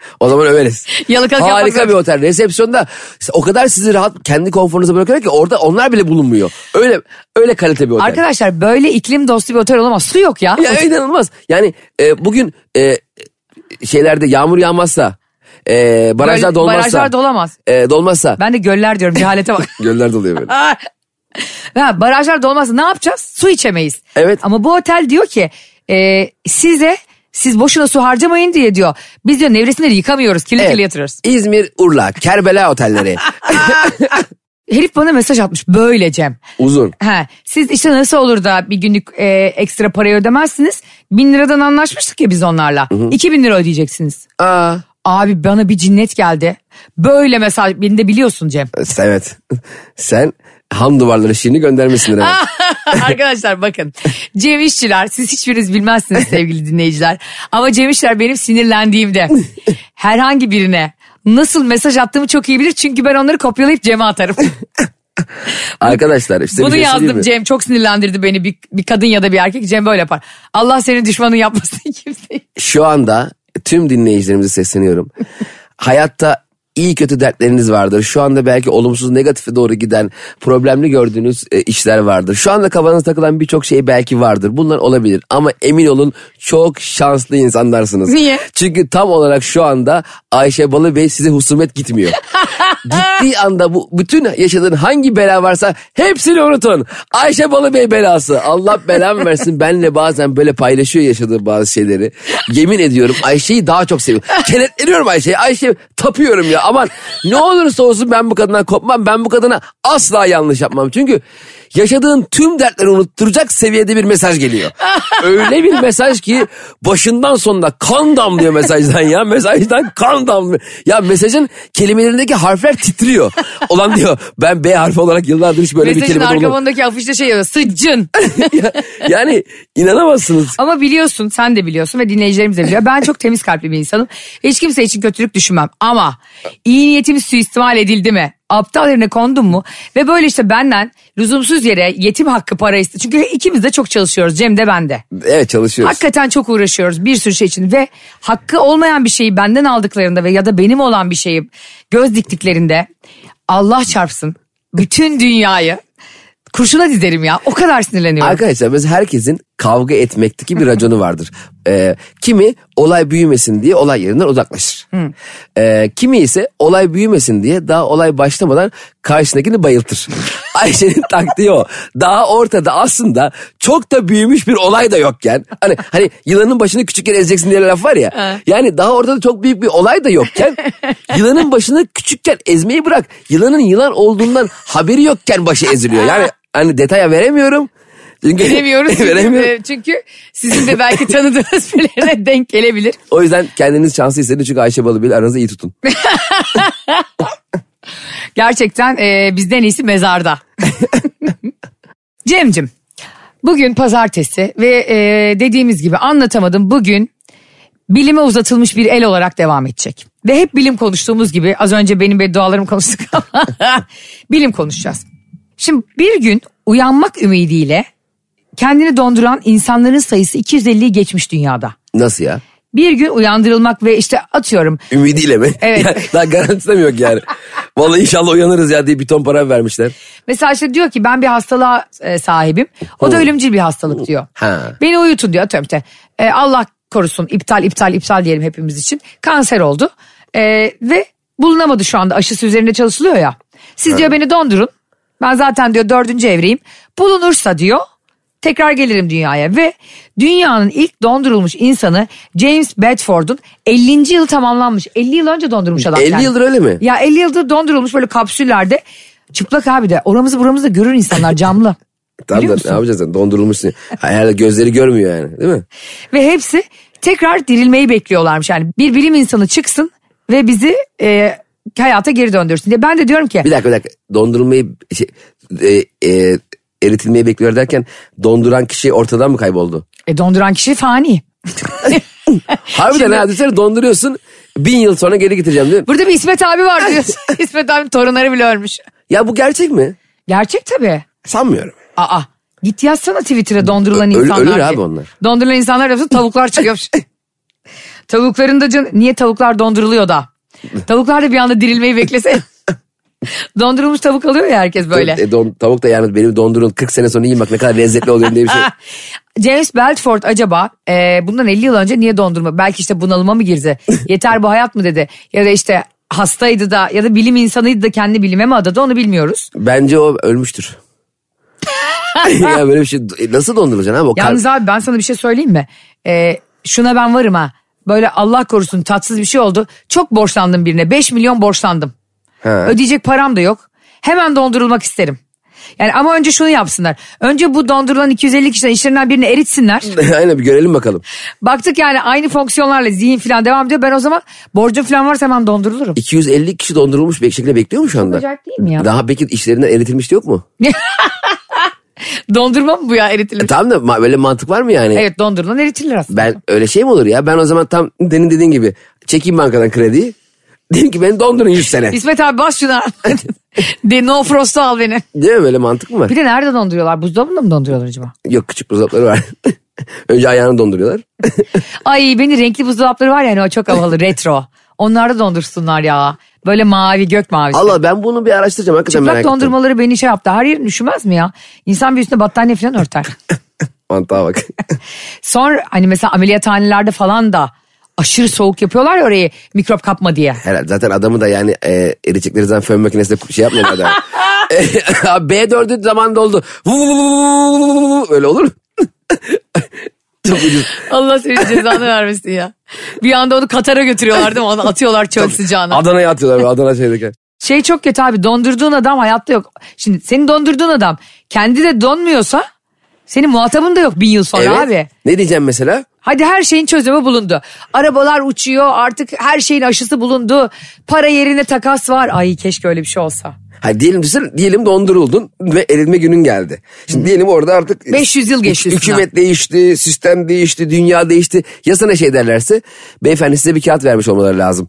E: O zaman överiz.
D: Yalakalık
E: Harika
D: yapmak-
E: bir otel. Resepsiyonda o kadar sizi rahat kendi konforunuza bırakıyor ki orada onlar bile bulunmuyor. Öyle öyle kalite bir otel.
D: Arkadaşlar böyle iklim dostu bir otel olamaz. Su yok ya.
E: Ya inanılmaz. Yani e, bugün e, şeylerde yağmur yağmazsa, e, barajlar
D: Göl-
E: dolmazsa.
D: barajlar dolamaz.
E: E, dolmazsa.
D: Ben de göller diyorum, cehalete bak.
E: Göller doluyor böyle.
D: Ha, barajlar dolmazsa ne yapacağız? Su içemeyiz.
E: Evet.
D: Ama bu otel diyor ki e, size siz boşuna su harcamayın diye diyor. Biz diyor nevresimleri yıkamıyoruz, kirli
E: Evet.
D: kirli yatırıyoruz.
E: İzmir, Urla, Kerbela otelleri.
D: Herif bana mesaj atmış böyle Cem.
E: Uzun.
D: Ha, siz işte nasıl olur da bir günlük e, ekstra parayı ödemezsiniz? Bin liradan anlaşmıştık ya biz onlarla. İki bin lira ödeyeceksiniz.
E: Aa,
D: Abi bana bir cinnet geldi. Böyle mesaj, beni de biliyorsun Cem.
E: evet. Sen ham duvarları şiirini göndermesindir hemen.
D: Arkadaşlar bakın. Cem İşçiler, siz hiçbiriniz bilmezsiniz sevgili dinleyiciler. Ama Cem İşçiler benim sinirlendiğimde herhangi birine nasıl mesaj attığımı çok iyi bilir. Çünkü ben onları kopyalayıp Cem'e atarım.
E: Arkadaşlar işte
D: Bunu
E: bir şey söyleyeyim
D: yazdım
E: mi?
D: Cem, çok sinirlendirdi beni, bir, bir kadın ya da bir erkek. Cem böyle yapar. Allah senin düşmanın yapmasın kimseyi.
E: Şu anda tüm dinleyicilerimize sesleniyorum. Hayatta iyi kötü dertleriniz vardır. Şu anda belki olumsuz negatife doğru giden problemli gördüğünüz e, işler vardır. Şu anda kafanıza takılan birçok şey belki vardır. Bunlar olabilir ama emin olun çok şanslı insanlarsınız.
D: Niye?
E: Çünkü tam olarak şu anda Ayşe Balıbey size husumet gitmiyor. Gittiği anda bu bütün yaşadığın hangi bela varsa hepsini unutun. Ayşe Balıbey belası. Allah belamı versin, benle bazen böyle paylaşıyor yaşadığı bazı şeyleri. Yemin ediyorum Ayşe'yi daha çok seviyorum. Kenetleniyorum Ayşe'ye. Ayşe tapıyorum ya. Aman ne olursa olsun ben bu kadından kopmam. Ben bu kadına asla yanlış yapmam. Çünkü yaşadığın tüm dertleri unutturacak seviyede bir mesaj geliyor. Öyle bir mesaj ki başından sonuna kan damlıyor mesajdan ya. Mesajdan kan damlıyor. Ya mesajın kelimelerindeki harfler titriyor. Olan diyor ben B harfi olarak yıllardır hiç böyle bir
D: Mesajın
E: kelime
D: arka
E: bulmadım.
D: fondaki afişte şey yazıyor. Sıccın.
E: Ya- yani inanamazsınız.
D: Ama biliyorsun, sen de biliyorsun ve dinleyicilerimiz de biliyor. Ben çok temiz kalpli bir insanım. Hiç kimse için kötülük düşünmem. Ama iyi niyetimiz suistimal edildi mi? Aptal yerine kondum mu? Ve böyle işte benden lüzumsuz yere yetim hakkı para iste. Çünkü ikimiz de çok çalışıyoruz. Cem de ben de.
E: Evet, çalışıyoruz.
D: Hakikaten çok uğraşıyoruz bir sürü şey için. Ve hakkı olmayan bir şeyi benden aldıklarında ve ya da benim olan bir şeyi göz diktiklerinde Allah çarpsın bütün dünyayı kurşuna dizerim ya. O kadar sinirleniyorum.
E: Arkadaşlar mesela herkesin kavga etmekteki bir raconu vardır. Ee, kimi olay büyümesin diye olay yerinden uzaklaşır. Ee, kimi ise olay büyümesin diye daha olay başlamadan karşısındakini bayıltır. Ayşe'nin taktiği o. Daha ortada aslında çok da büyümüş bir olay da yokken. Hani hani yılanın başını küçükken ezeceksin diye laf var ya. Yani daha ortada çok büyük bir olay da yokken yılanın başını küçükken ezmeyi bırak. Yılanın yılan olduğundan haberi yokken başı eziliyor. Yani hani detaya veremiyorum. Çünkü
D: Veremiyoruz çünkü,
E: veremiyorum.
D: çünkü sizin de belki tanıdığınız birilerine denk gelebilir.
E: O yüzden kendiniz şanslı hissedin çünkü Ayşe Balıbey'le aranızı iyi tutun.
D: Gerçekten e, bizden iyisi mezarda. Cem'cim, bugün pazartesi ve e, dediğimiz gibi anlatamadım, bugün bilime uzatılmış bir el olarak devam edecek. Ve hep bilim konuştuğumuz gibi, az önce benim beddualarımı konuştuk ama bilim konuşacağız. Şimdi bir gün uyanmak ümidiyle kendini donduran insanların sayısı iki yüz elliyi geçmiş dünyada.
E: Nasıl ya?
D: Bir gün uyandırılmak ve işte atıyorum.
E: Ümidiyle mi?
D: Evet.
E: Yani daha garantisi de mi yok yani? Vallahi inşallah uyanırız ya diye bir ton para vermişler.
D: Mesela işte diyor ki ben bir hastalığa e, sahibim. O da ölümcül bir hastalık diyor.
E: Ha.
D: Beni uyutun diyor, atıyorum işte. E, Allah korusun, iptal iptal iptal diyelim hepimiz için. Kanser oldu. E, ve bulunamadı şu anda, aşısı üzerinde çalışılıyor ya. Siz ha. diyor beni dondurun. Ben zaten diyor dördüncü evreyim. Bulunursa diyor tekrar gelirim dünyaya. Ve dünyanın ilk dondurulmuş insanı James Bedford'un ellinci yılı tamamlanmış. elli yıl önce dondurulmuş adam.
E: elli
D: yani.
E: yıldır öyle mi?
D: Ya elli yıldır dondurulmuş böyle kapsüllerde. Çıplak abi de oramızı buramızı görür insanlar, camlı.
E: Tamam da ne yapacaksın? Dondurulmuşsun. Herhalde gözleri görmüyor yani, değil mi?
D: Ve hepsi tekrar dirilmeyi bekliyorlarmış. Yani bir bilim insanı çıksın ve bizi e, hayata geri döndürsün diye. Ben de diyorum ki.
E: Bir dakika bir dakika. Dondurulmayı şey, e, e, eritilmeyi bekliyor derken donduran kişi ortadan mı kayboldu?
D: E, donduran kişi fani.
E: Harbiden ha, düşünsene donduruyorsun, bin yıl sonra geri getireceğim değil mi?
D: Burada bir İsmet abi var diyorsun. İsmet abinin torunları bile ölmüş.
E: Ya bu gerçek mi?
D: Gerçek tabii.
E: Sanmıyorum.
D: Aa, git yazsana Twitter'a dondurulan
E: Ö-
D: insanlar.
E: ölür
D: diye.
E: abi onlar.
D: Dondurulan insanlar yapsa tavuklar çıkıyormuş. Tavukların da can... Niye tavuklar donduruluyor da? Tavuklar da bir anda dirilmeyi beklese. Dondurulmuş tavuk alıyor ya herkes böyle.
E: E, don, tavuk da yani benim dondurun kırk sene sonra yiyeyim bak ne kadar lezzetli oluyor diye bir şey.
D: James Belfort acaba e, bundan elli yıl önce niye dondurma? Belki işte bunalıma mı girdi? Yeter bu hayat mı dedi? Ya da işte hastaydı da ya da bilim insanıydı da kendi bilime mi adadı onu bilmiyoruz.
E: Bence o ölmüştür. Ya böyle bir şey nasıl dondurulacaksın abi? O
D: Yalnız
E: kar...
D: abi ben sana bir şey söyleyeyim mi? E, şuna ben varım ha. Böyle Allah korusun tatsız bir şey oldu. Çok borçlandım birine. beş milyon borçlandım.
E: Ha.
D: Ödeyecek param da yok. Hemen dondurulmak isterim. Yani ama önce şunu yapsınlar. Önce bu dondurulan iki yüz elli kişiden işlerinden birini eritsinler.
E: Aynen bir görelim bakalım.
D: Baktık yani aynı fonksiyonlarla zihin falan devam ediyor. Ben o zaman borcum falan varsa hemen dondurulurum.
E: iki yüz elli kişi dondurulmuş bir şekilde bekliyor mu şu anda?
D: Acayip değil mi ya?
E: Daha peki işlerinden eritilmiş de yok mu?
D: Dondurma mı bu ya eritilir?
E: E, tamam da ma- böyle mantık var mı yani?
D: Evet dondurulan eritilir aslında.
E: Ben öyle şey mi olur ya? Ben o zaman tam senin dediğin gibi çekeyim bankadan krediyi. Dedim ki beni dondurun yüz sene.
D: İsmet abi bas şuna. De no frost'u al beni.
E: Değil mi böyle mantık mı var?
D: Bir de nerede donduruyorlar? Buzdolabında mı donduruyorlar acaba?
E: Yok küçük buzdolapları var. Önce ayağını donduruyorlar.
D: Ay beni renkli buzdolapları var ya hani o çok havalı retro. Onlarda dondursunlar ya. Böyle mavi gök mavisi.
E: Allah ben bunu bir araştıracağım. Hakikaten
D: Çıplak
E: merak
D: dondurmaları ettim. Beni şey yaptı. Her yerin üşümez mi ya? İnsan bir üstüne battaniye falan örter.
E: Mantığa bak.
D: Sonra hani mesela ameliyathanelerde falan da aşırı soğuk yapıyorlar ya orayı mikrop kapma diye.
E: Herhalde zaten adamı da yani e, eritecekleri zaman fön makinesinde şey yapmıyor adam. B dördün zaman doldu. Öyle olur mu? Çok ucuz.
D: Allah senin cezanı vermesin ya. Bir anda onu Katar'a götürüyorlar değil mi? Onu atıyorlar çöl sıcağına.
E: Adana'ya atıyorlar. Adana şeydeki.
D: Şey çok kötü abi dondurduğun adam hayatta yok. Şimdi senin dondurduğun adam kendi de donmuyorsa senin muhatabın da yok bin yıl sonra
E: Evet.
D: abi.
E: Ne diyeceğim mesela?
D: Hadi her şeyin çözümü bulundu. Arabalar uçuyor artık her şeyin aşısı bulundu. Para yerine takas var. Ay keşke öyle bir şey olsa.
E: Hayır diyelim düşünsene, diyelim donduruldun ve erilme günün geldi. Şimdi Hı. diyelim orada artık
D: beş yüz yıl geçti üstüne.
E: Hükümet değişti, sistem değişti, dünya değişti. Ya sana şey derlerse beyefendi size bir kağıt vermiş olmaları lazım.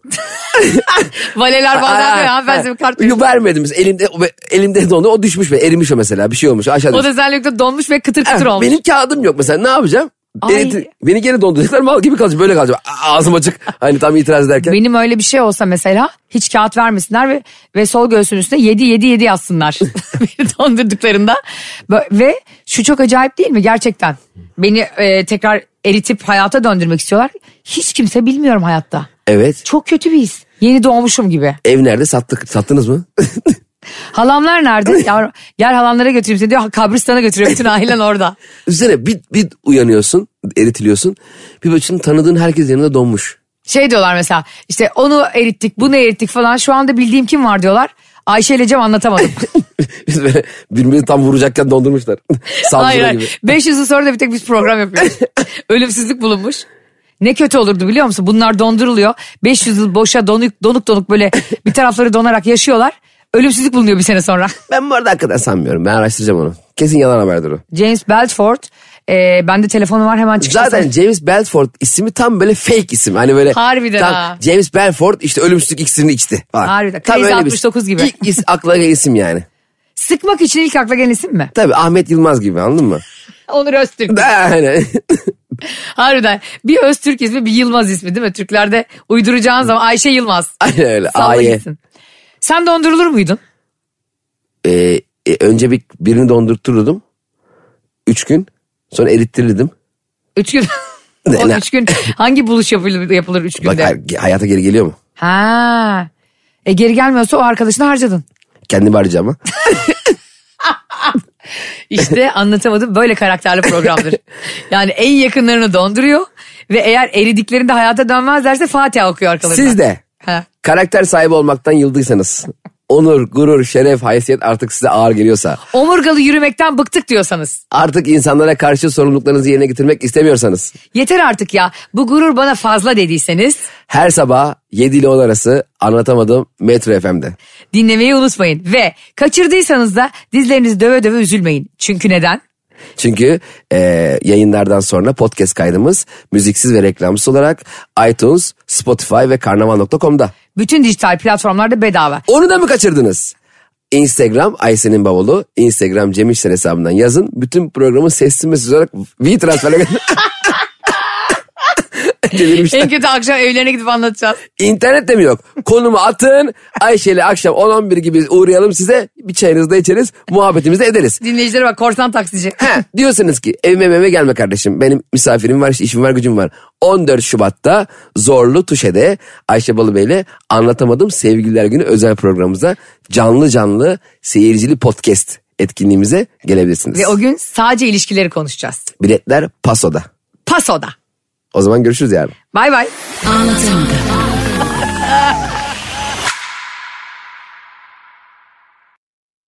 D: Valeler bazen ya ben size bir kart
E: verdim. Vermedim. Elimde, elimde dondu o düşmüş ve erimiş o mesela bir şey olmuş aşağı düşmüş.
D: O da özellikle donmuş ve kıtır kıtır
E: ha,
D: olmuş.
E: Benim kağıdım yok mesela ne yapacağım? Beni, beni geri donduracaklar mal gibi kalacak böyle kalacak ağzım açık hani tam itiraz ederken.
D: Benim öyle bir şey olsa mesela hiç kağıt vermesinler ve ve sol göğsünün üstüne yedi yedi yedi yazsınlar beni dondurduklarında ve şu çok acayip değil mi gerçekten beni e, tekrar eritip hayata döndürmek istiyorlar hiç kimse bilmiyorum hayatta.
E: Evet.
D: Çok kötü bir his yeni doğmuşum gibi.
E: Ev nerede sattık sattınız mı?
D: Halamlar nerede? Ya, gel halamlara götüreyim seni diyor. Kabristan'a götürüyor. Bütün ailen orada.
E: Üzerine bir, bir uyanıyorsun, eritiliyorsun. Bir bakıyorsun tanıdığın herkes yanında donmuş.
D: Şey diyorlar mesela işte onu erittik, bunu erittik falan. Şu anda bildiğim kim var diyorlar. Ayşe ile Cem anlatamadım.
E: Birbirini tam vuracakken dondurmuşlar.
D: Hayır hayır. beş yüz yıl sonra da bir tek biz program yapıyoruz. Ölümsüzlük bulunmuş. Ne kötü olurdu biliyor musun? Bunlar donduruluyor. beş yüz yıl boşa donuk donuk donuk böyle bir tarafları donarak yaşıyorlar. Ölümsüzlük bulunuyor bir sene sonra.
E: Ben bu arada hakikaten sanmıyorum. Ben araştıracağım onu. Kesin yalan haberdir o.
D: James Belfort. E, bende telefonu var hemen çıkacağız.
E: Zaten James Belfort ismi tam böyle fake isim. Hani böyle.
D: Harbiden
E: tam
D: ha.
E: James Belfort işte ölümsüzlük iksirini içti falan.
D: Harbiden.
E: Tam
D: Crazy altmış dokuz gibi.
E: İlk is, akla gelen isim yani.
D: Sıkmak için ilk akla gelen isim mi?
E: Tabii Ahmet Yılmaz gibi anladın mı?
D: Onur Öztürk.
E: Aynen.
D: Harbiden. Bir Öztürk ismi bir Yılmaz ismi değil mi? Türklerde uyduracağın zaman Ayşe Yılmaz.
E: Aynen öyle.
D: Salla gitsin. Sen dondurulur muydun?
E: Ee, e, önce bir birini dondurturdum. Üç gün. Sonra erittirirdim.
D: Üç gün? O üç gün hangi buluş yapılır, yapılır üç günde?
E: Bak hayata geri geliyor mu?
D: Ha. E geri gelmiyorsa o arkadaşını harcadın.
E: Kendim harcayacağım ama.
D: İşte anlatamadım böyle karakterli programdır. Yani en yakınlarını donduruyor ve eğer eridiklerinde hayata dönmezlerse Fatiha okuyor arkalarından.
E: Siz de ha. Karakter sahibi olmaktan yıldıysanız, onur, gurur, şeref, haysiyet artık size ağır geliyorsa.
D: Omurgalı yürümekten bıktık diyorsanız.
E: Artık insanlara karşı sorumluluklarınızı yerine getirmek istemiyorsanız.
D: Yeter artık ya bu gurur bana fazla dediyseniz.
E: Her sabah yedi ile on arası Anlatamadım Metro F M'de.
D: Dinlemeyi unutmayın ve kaçırdıysanız da dizlerinizi döve döve üzülmeyin. Çünkü neden?
E: Çünkü e, yayınlardan sonra podcast kaydımız müziksiz ve reklamsız olarak iTunes, Spotify ve karnaval nokta com'da.
D: Bütün dijital platformlarda bedava.
E: Onu da mı kaçırdınız? Instagram Aysen'in bavulu, Instagram Cem İşler hesabından yazın. Bütün programı sesli mesaj olarak V transferle Delirmişler.
D: En kötü akşam evlerine gidip anlatacağız.
E: İnternet de mi yok? Konumu atın. Ayşe'yle akşam on on bir gibi uğrayalım size. Bir çayınızı da içeriz. Muhabbetimizi de ederiz.
D: Dinleyicilere bak, korsan taksici.
E: He, diyorsunuz ki evime evime gelme kardeşim. Benim misafirim var, işte işim var, gücüm var. on dört Şubat'ta Zorlu Tuşe'de Ayşe Balıbey'le Anlatamadım Sevgililer Günü özel programımıza canlı canlı seyircili podcast etkinliğimize gelebilirsiniz.
D: Ve o gün sadece ilişkileri konuşacağız.
E: Biletler Paso'da.
D: Paso'da.
E: O zaman görüşürüz yarın.
D: Bay bay.
F: Anlatamadım.